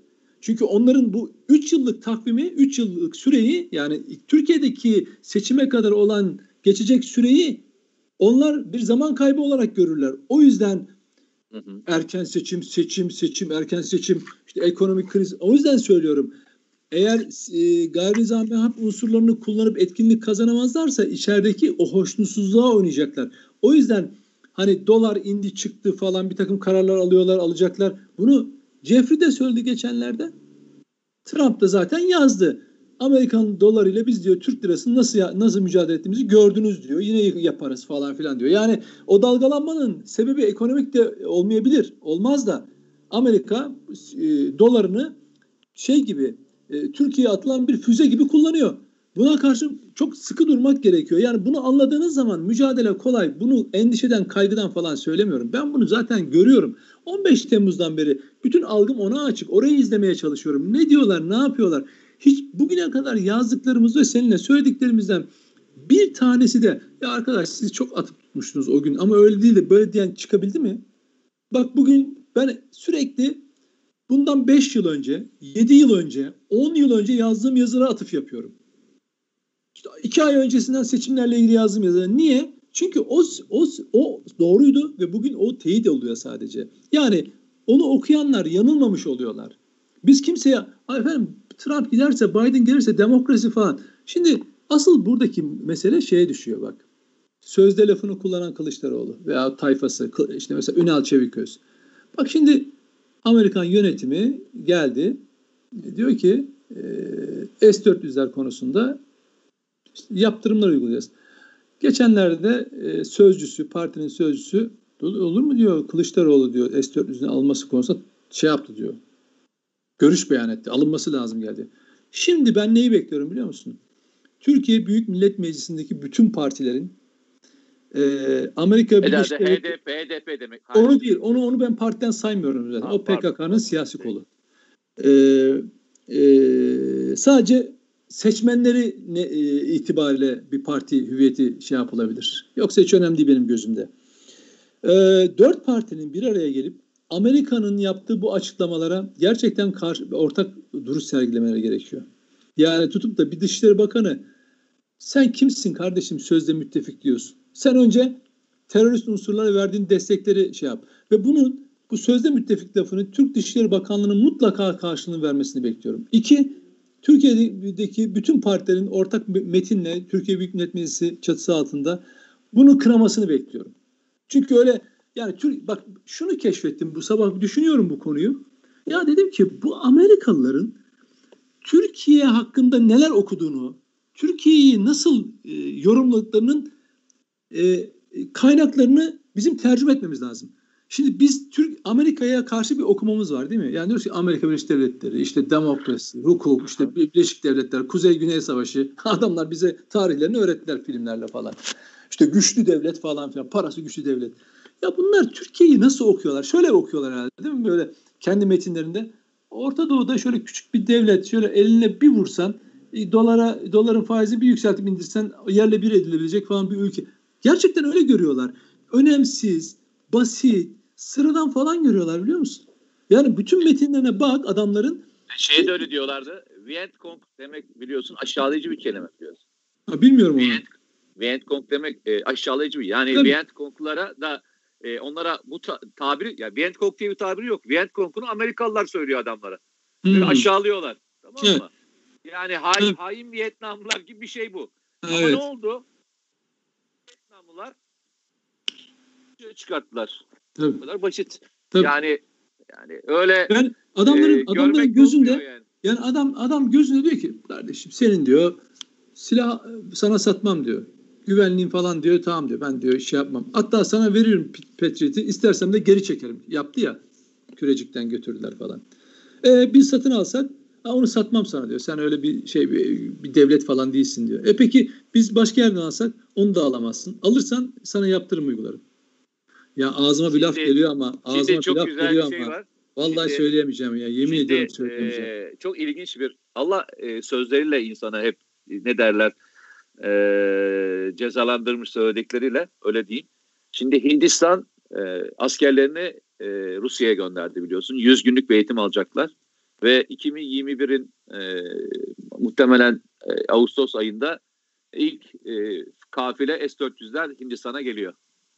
Çünkü onların bu üç yıllık takvimi, üç yıllık süreyi, yani Türkiye'deki seçime kadar olan geçecek süreyi onlar bir zaman kaybı olarak görürler. O yüzden hı hı. erken seçim, seçim, seçim, erken seçim, işte ekonomik kriz. O yüzden söylüyorum. Eğer e, gayri nizami harp unsurlarını kullanıp etkinlik kazanamazlarsa içerideki o hoşnutsuzluğa oynayacaklar. O yüzden hani dolar indi çıktı falan, bir takım kararlar alıyorlar, alacaklar. Bunu Jeffrey de söyledi geçenlerde. Trump da zaten yazdı. Amerikan dolarıyla biz diyor Türk lirasını nasıl nasıl mücadele ettiğimizi gördünüz diyor. Yine yaparız falan filan diyor. Yani o dalgalanmanın sebebi ekonomik de olmayabilir. Olmaz da Amerika e, dolarını şey gibi, e, Türkiye'ye atılan bir füze gibi kullanıyor. Buna karşı çok sıkı durmak gerekiyor. Yani bunu anladığınız zaman mücadele kolay. Bunu endişeden, kaygıdan falan söylemiyorum. Ben bunu zaten görüyorum. on beş Temmuz'dan beri bütün algım ona açık. Orayı izlemeye çalışıyorum. Ne diyorlar, ne yapıyorlar? Hiç bugüne kadar yazdıklarımız ve seninle söylediklerimizden bir tanesi de ya arkadaş siz çok atıp tutmuştunuz o gün ama öyle değil de böyle diyen çıkabildi mi? Bak bugün ben sürekli bundan beş yıl önce, yedi yıl önce, on yıl önce yazdığım yazılara atıf yapıyorum. İşte iki ay öncesinden seçimlerle ilgili yazdığım yazılar. Niye? Çünkü o, o, o doğruydu ve bugün o teyit oluyor sadece. Yani onu okuyanlar yanılmamış oluyorlar. Biz kimseye efendim Trump giderse, Biden gelirse demokrasi falan. Şimdi asıl buradaki mesele şeye düşüyor bak. Sözde lafını kullanan Kılıçdaroğlu veya tayfası, işte mesela Ünal Çeviköz. Bak şimdi Amerikan yönetimi geldi. Diyor ki e, S dört yüzler konusunda işte yaptırımlar uygulayacağız. Geçenlerde e, sözcüsü, partinin sözcüsü olur mu diyor Kılıçdaroğlu diyor S dört yüzün alınması konusunda şey yaptı diyor. Görüş beyan etti. Alınması lazım geldi. Şimdi ben neyi bekliyorum biliyor musun? Türkiye Büyük Millet Meclisi'ndeki bütün partilerin e, Amerika Birleşik Devletleri H D P, H D P demek. Hayır. Onu değil. Onu onu ben partiden saymıyorum zaten. Ha, o P K K'nın siyasi kolu. Ee, e, sadece seçmenleri ne, e, itibariyle bir parti hüviyeti şey yapılabilir. Yoksa hiç önemli değil benim gözümde. Ee, dört partinin bir araya gelip Amerika'nın yaptığı bu açıklamalara gerçekten karşı, ortak duruş sergilemeleri gerekiyor. Yani tutup da bir Dışişleri Bakanı sen kimsin kardeşim sözde müttefik diyorsun. Sen önce terörist unsurlara verdiğin destekleri şey yap. Ve bunun bu sözde müttefik lafını Türk Dışişleri Bakanlığı'nın mutlaka karşılığını vermesini bekliyorum. İki, Türkiye'deki bütün partilerin ortak metinle Türkiye Büyük Millet Meclisi çatısı altında bunu kınamasını bekliyorum. Çünkü öyle yani bak şunu keşfettim bu sabah düşünüyorum bu konuyu. Ya dedim ki bu Amerikalıların Türkiye hakkında neler okuduğunu, Türkiye'yi nasıl e, yorumladıklarının e, kaynaklarını bizim tercüme etmemiz lazım. Şimdi biz Türk Amerika'ya karşı bir okumamız var değil mi? Yani diyoruz ki Amerika Birleşik Devletleri, işte demokrasi, hukuk, işte Birleşik Devletler, Kuzey-Güney Savaşı. Adamlar bize tarihlerini öğrettiler filmlerle falan. İşte güçlü devlet falan filan, parası güçlü devlet. Ya bunlar Türkiye'yi nasıl okuyorlar? Şöyle okuyorlar herhalde değil mi? Böyle kendi metinlerinde. Orta Doğu'da şöyle küçük bir devlet, şöyle eline bir vursan, dolara doların faizini bir yükseltip indirsen yerle bir edilebilecek falan bir ülke. Gerçekten öyle görüyorlar. Önemsiz, basit, sıradan falan görüyorlar biliyor musun? Yani bütün metinlerine bak adamların. Şeye de öyle diyorlardı. Vietcong demek biliyorsun aşağılayıcı bir kelime biliyorsun. Ha, bilmiyorum onu. Viet, Vietcong demek e, aşağılayıcı bir. Yani evet. Vietcong'lara da e, onlara bu ta- tabiri, ya Vietcong diye bir tabiri yok. Vietcong'unu Amerikalılar söylüyor adamlara. Hmm. Aşağılıyorlar. Tamam evet. mı? Yani hain, evet. hain Vietnamlılar gibi bir şey bu. Evet. Ama ne oldu? Vietnamlılar çıkarttılar. Tabii. Bu kadar basit. Tabii. Yani yani öyle ben adamların e, adamların gözünde yani. yani adam adam gözünde diyor ki kardeşim senin diyor silah sana satmam diyor. Güvenliğin falan diyor tamam diyor. Ben diyor şey yapmam. Hatta sana veririm Patriot'i istersem de geri çekerim. Yaptı ya. Kürecik'ten götürdüler falan. E, biz satın alsak ha, onu satmam sana diyor. Sen öyle bir şey bir, bir devlet falan değilsin diyor. E peki biz başka yerden alsak onu da alamazsın. Alırsan sana yaptırım uygularım. Ya ağzıma şimdi, bir laf geliyor ama ağzıma bir laf geliyor bir şey ama var. Vallahi şimdi, söyleyemeyeceğim ya. Yemin şimdi, ediyorum söyleyemeyeceğim. E, çok ilginç bir Allah e, sözleriyle insana hep ne derler e, cezalandırmış söyledikleriyle öyle değil. Şimdi Hindistan e, askerlerini e, Rusya'ya gönderdi biliyorsun. yüz günlük bir eğitim alacaklar. Ve iki bin yirmi birin e, muhtemelen e, Ağustos ayında ilk e, kafile S dört yüzler Hindistan'a geliyor.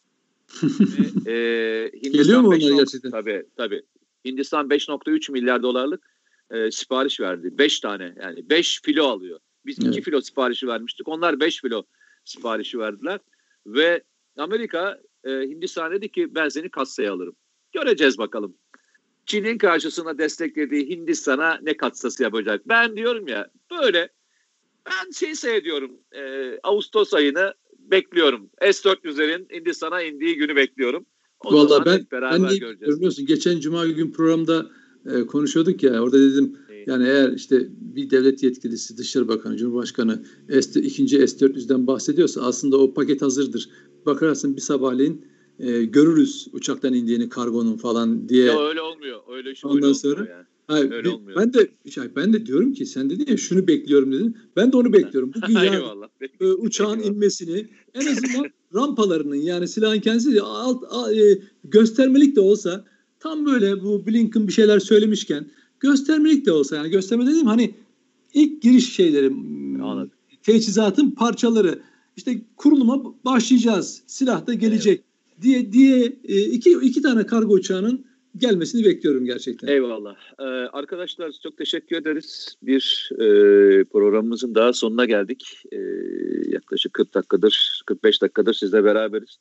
Ve, e, Hindistan geliyor mu onlar gerçekten? Tabii tabii. Hindistan beş nokta üç milyar dolarlık e, sipariş verdi. beş tane, yani beş filo alıyor. Biz iki evet. filo siparişi vermiştik. Onlar beş filo siparişi verdiler. Ve Amerika e, Hindistan dedi ki ben seni katsaya alırım. Göreceğiz bakalım. Çin'in karşısına desteklediği Hindistan'a ne katsası yapacak? Ben diyorum ya böyle ben şey seyrediyorum. E, Ağustos ayını bekliyorum. S dört yüzlerin Hindistan'a indiği günü bekliyorum. O Vallahi zaman ben, hep beraber ben de, göreceğiz. Görmüyorsun. Geçen Cuma gün programda e, konuşuyorduk ya. Orada dedim evet. Yani eğer işte bir devlet yetkilisi, Dışişleri Bakanı, Cumhurbaşkanı S, ikinci S dört yüzden bahsediyorsa aslında o paket hazırdır. Bakarsın bir sabahleyin e, görürüz uçaktan indiğini kargonun falan diye. Ya öyle olmuyor. Öyle iş Ondan öyle sonra olmuyor yani. Hayır, öyle bir, olmuyor. Ben de ben de diyorum ki sen dedin ya şunu bekliyorum dedin. Ben de onu bekliyorum. Bugün yani e, uçağın inmesini en azından rampalarının yani silahın kendisi alt, alt e, göstermelik de olsa tam böyle bu Blinken bir şeyler söylemişken göstermelik de olsa yani gösterme dediğim hani ilk giriş şeyleri Anladım. Teçhizatın parçaları işte kuruluma başlayacağız. Silah da gelecek evet. diye diye e, iki iki tane kargo uçağının gelmesini bekliyorum gerçekten. Eyvallah. Ee, arkadaşlar çok teşekkür ederiz. Bir e, programımızın daha sonuna geldik. E, yaklaşık kırk dakikadır, kırk beş dakikadır sizle beraberiz.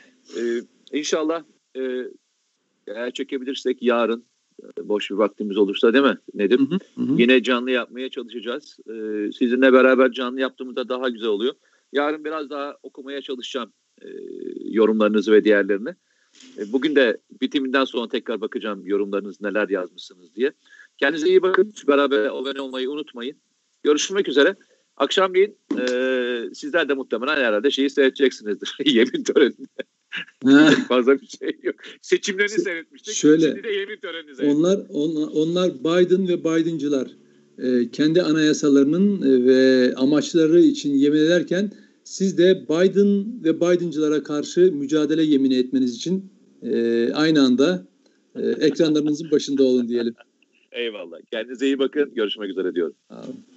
E, İnşallah e, eğer çekebilirsek yarın e, boş bir vaktimiz olursa değil mi Nedim? Hı hı, hı. Yine canlı yapmaya çalışacağız. E, sizinle beraber canlı yaptığımızda daha güzel oluyor. Yarın biraz daha okumaya çalışacağım e, yorumlarınızı ve diğerlerini. Bugün de bitiminden sonra tekrar bakacağım yorumlarınız neler yazmışsınız diye. Kendinize iyi bakın. Beraber abone olmayı unutmayın. Görüşmek üzere. Akşamleyin e, sizler de muhtemelen herhalde şeyi seyredeceksinizdir. Yemin töreninde. Fazla bir şey yok. Seçimlerini seyretmiştik. Şöyle, Şimdi de yemin törenini seyrettik. Onlar, onlar, onlar Biden ve Biden'cılar e, kendi anayasalarının e, ve amaçları için yemin ederken siz de Biden ve Biden'cılara karşı mücadele yemini etmeniz için e, aynı anda e, ekranlarınızın başında olun diyelim. Eyvallah. Kendinize iyi bakın. Görüşmek üzere diyorum. Tamam.